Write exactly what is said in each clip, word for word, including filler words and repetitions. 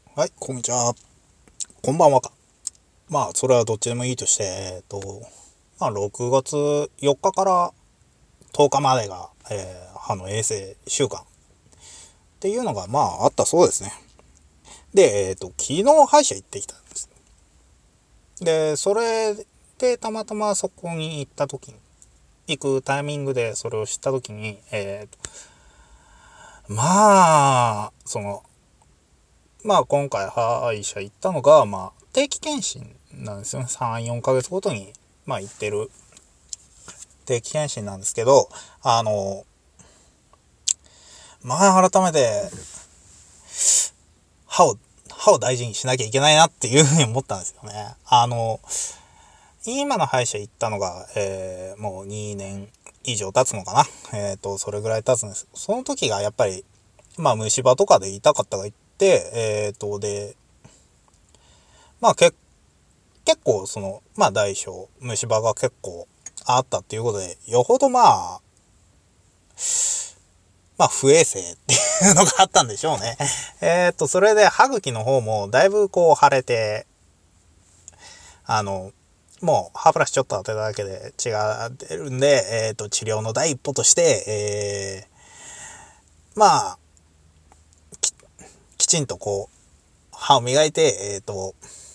はい、こんにちは。こんばんはか。まあ、それはどっちでもいいとして、えっと、まあ、ろくがつよっかからとおかまでが、えー歯の衛生週間っていうのが、まあ、あったそうですね。で、えっと、昨日歯医者行ってきたんです。で、それで、たまたまそこに行った時に、行くタイミングでそれを知った時に、えっと、まあ、その、まあ、今回歯医者行ったのが、まあ、定期検診なんですよね。さん、よんかげつごとに、まあ、行ってる定期検診なんですけど、あの、まあ、改めて、歯を、歯を大事にしなきゃいけないなっていうふうに思ったんですよね。あの、今の歯医者行ったのが、えー、もうにねん以上経つのかな。えっと、それぐらい経つんです。その時がやっぱり、まあ、虫歯とかで痛かったが言って、えっと、で、まあ、け、結構、その、まあ、大小、虫歯が結構あったっていうことで、よほどまあ、まあ、不衛生っていうのがあったんでしょうね。えーっと、それで歯茎の方もだいぶこう腫れて、あの、もう歯ブラシちょっと当てただけで血が出るんで、えーっと、治療の第一歩として、えー、まあ、き、きちんとこう、歯を磨いて、えーっと、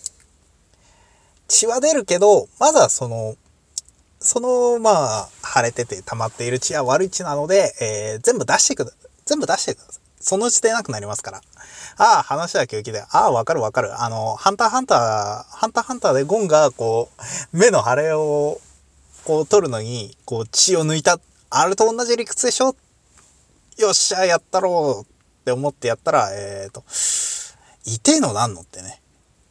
血は出るけど、まずはその、その、まあ、腫れてて溜まっている血は悪い血なので、えー、全部出してくだ、全部出してください。そのうち出なくなりますから。ああ、話は聞きで、ああ、わかるわかる。あの、ハンターハンター、ハンターハンターでゴンが、こう、目の腫れを、こう、取るのに、こう、血を抜いた。あれと同じ理屈でしょ。よっしゃ、やったろうって思ってやったら、えーと、痛えのなんのってね。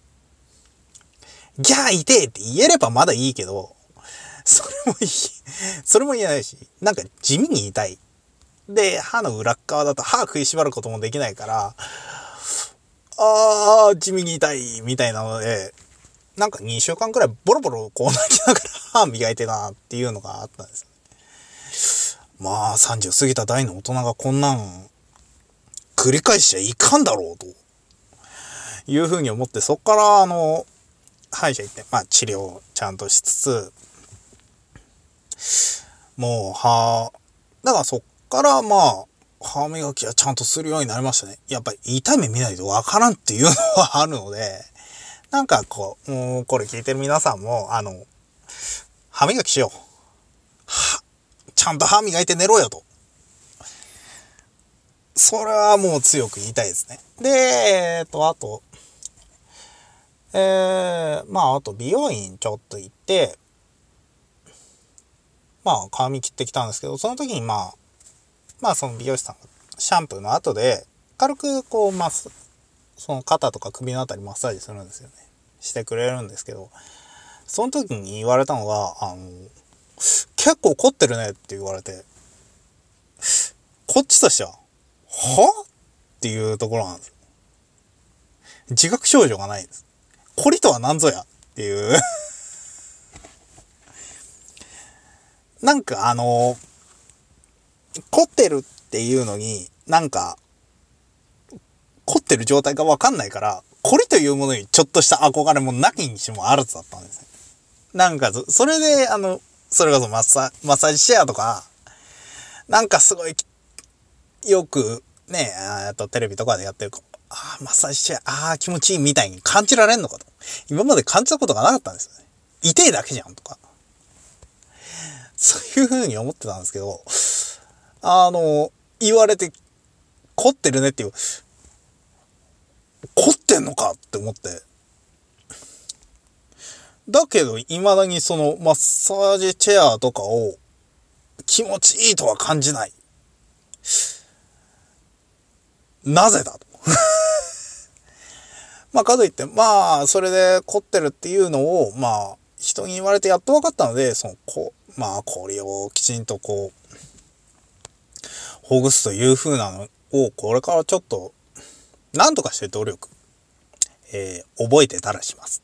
ギャー痛えって言えればまだいいけど、それもいい。それも言えないし、なんか地味に痛い。で、歯の裏側だと歯食いしばることもできないから、あー、地味に痛い、みたいなので、なんかにしゅうかんくらいボロボロこう泣きながら歯磨いてたっていうのがあったんです。まあ、さんじゅう過ぎた代の大人がこんなん繰り返しちゃいかんだろうというふうに思って、そっからあの、歯医者行って、まあ治療をちゃんとしつつ、もう歯、だからそっからまあ、歯磨きはちゃんとするようになりましたね。やっぱり痛い目見ないとわからんっていうのはあるので、なんかこう、もうこれ聞いてる皆さんも、あの、歯磨きしよう。は、ちゃんと歯磨いて寝ろよと。それはもう強く言いたいですね。で、えっと、あと、えー、まあ、あと美容院ちょっと行って、まあ、髪切ってきたんですけど、その時にまあ、まあ、その美容師さんがシャンプーの後で、軽くこう、まあ、その肩とか首のあたりマッサージするんですよね。してくれるんですけど、その時に言われたのが、あの、結構凝ってるねって言われて、こっちとしては、はっていうところなんです。自覚症状がないんです。凝りとは何ぞやっていうなんかあの、凝ってるっていうのに、なんか、凝ってる状態がわかんないから、凝りというものにちょっとした憧れもなきにしもあらずだったんですね。なんか、それで、あの、それこそマッサ、マッサージチェアとか、なんかすごい、よく、ね、えっと、テレビとかでやってる、ああ、マッサージチェア、ああ、気持ちいいみたいに感じられんのかと。今まで感じたことがなかったんですよね。痛いだけじゃんとか。そういう風に思ってたんですけど、あの、言われて、凝ってるねっていう、凝ってんのかって思って。だけど、未だにそのマッサージチェアとかを気持ちいいとは感じない。なぜだと。まあ、かといって、まあ、それで凝ってるっていうのを、まあ、人に言われてやっと分かったので、その、こう、まあ、これをきちんとこう、ほぐすという風なのを、これからちょっと、なんとかして努力、えー、覚えてたらします。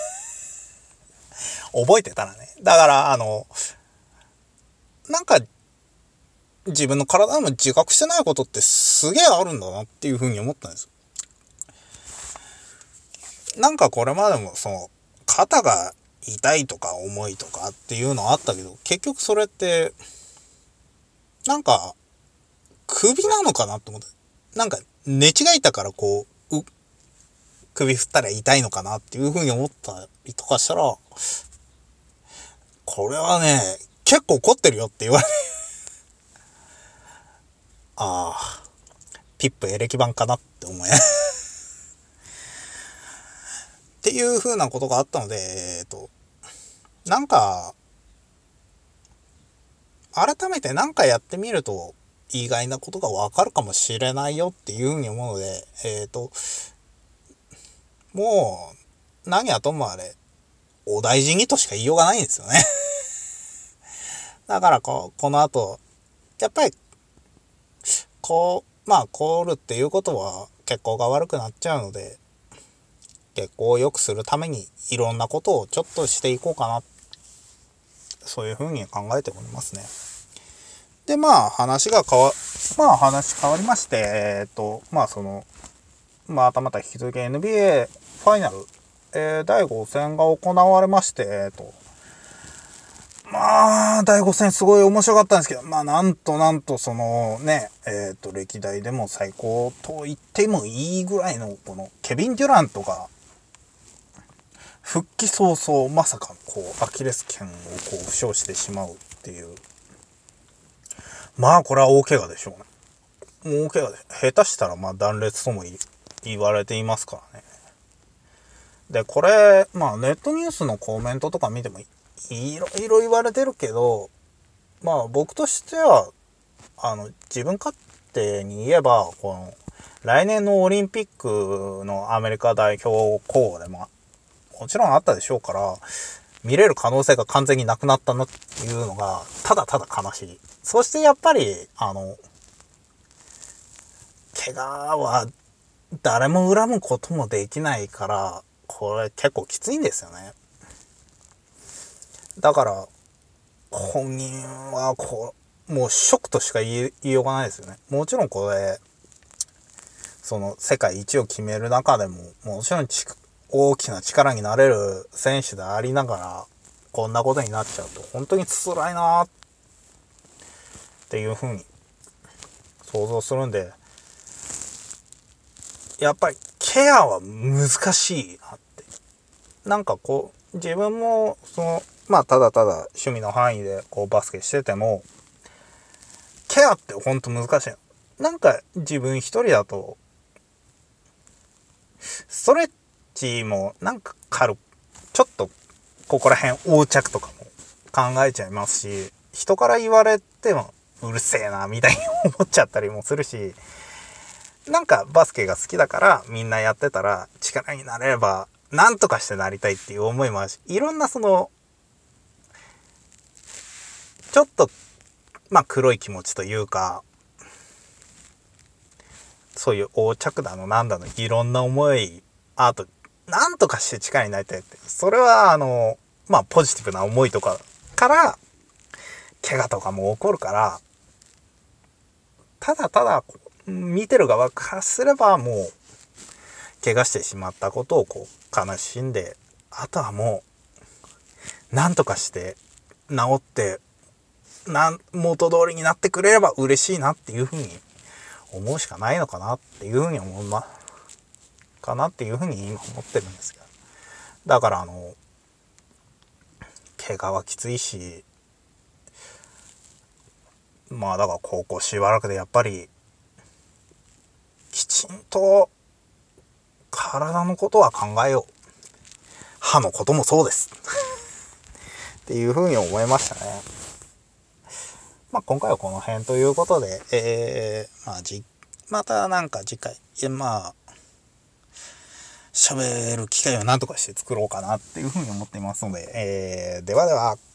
覚えてたらね。だから、あの、なんか、自分の体でも自覚してないことってすげえあるんだなっていう風に思ったんですよ。 なんかこれまでもその肩が痛いとか重いとかっていうのあったけど、結局それってなんか首なのかなと思って、なんか寝違えたからこう、う首振ったら痛いのかなっていう風に思ったりとかしたら、これはね結構凝ってるよって言われああピップエレキ版かなって思えっていう風なことがあったので、えっとなんか改めて何かやってみると意外なことがわかるかもしれないよっていう風に思うので、えっともう何はともあれお大事にとしか言いようがないんですよねだからこうこの後やっぱりこうまあ凍るっていうことは血行が悪くなっちゃうので、血行を良くするためにいろんなことをちょっとしていこうかな、そういうふうに考えておりますね。でまあ話が変わまあ話変わりまして、えっとまあそのまたまた引き続き エヌビーエー ファイナル、えー、だいご戦が行われまして、えっとまあだいご戦すごい面白かったんですけど、まあなんとなんとそのねえっと歴代でも最高と言ってもいいぐらいのこのケビン・デュラントが復帰早々まさかこうアキレス腱をこう負傷してしまうっていう、まあこれは大怪我でしょうね。もう大怪我で下手したらまあ断裂とも言われていますからね。でこれまあネットニュースのコメントとか見てもいろいろ言われてるけど、まあ僕としてはあの自分勝手に言えばこの来年のオリンピックのアメリカ代表候補でももちろんあったでしょうから、見れる可能性が完全になくなったなっていうのがただただ悲しい。そしてやっぱりあの怪我は誰も恨むこともできないから、これ結構きついんですよね。だから本人はこうもうショックとしか言いようがないですよね。もちろんこれその世界一を決める中でももちろん大きな力になれる選手でありながらこんなことになっちゃうと本当に辛いなっていうふうに想像するんで、やっぱりケアは難しいなって。なんかこう自分もそのまあただただ趣味の範囲でこうバスケしててもケアってほんと難しい。なんか自分一人だとストレッチもなんか軽くちょっとここら辺横着とかも考えちゃいますし、人から言われてもうるせえなみたいに思っちゃったりもするし、なんかバスケが好きだからみんなやってたら力になれればなんとかしてなりたいっていう思いもあるし、いろんなそのちょっとまあ黒い気持ちというか、そういう横着だのなんだのいろんな思い、あとなんとかして力になりたいって、それはあのまあポジティブな思いとかから怪我とかも起こるから、ただただ見てる側からすればもう怪我してしまったことをこう悲しんで、あとはもうなんとかして治ってなん元通りになってくれれば嬉しいなっていうふうに思うしかないのかなっていうふうに思うまかなっていうふうに今思ってるんですけど、だからあの怪我はきついし、まあだからここしばらくでやっぱりきちんと体のことは考えよう。歯のこともそうですっていうふうに思いましたね。まあ今回はこの辺ということで、えー、まあじまたなんか次回、いやまあ喋る機会を何とかして作ろうかなっていうふうに思っていますので、えー、ではでは。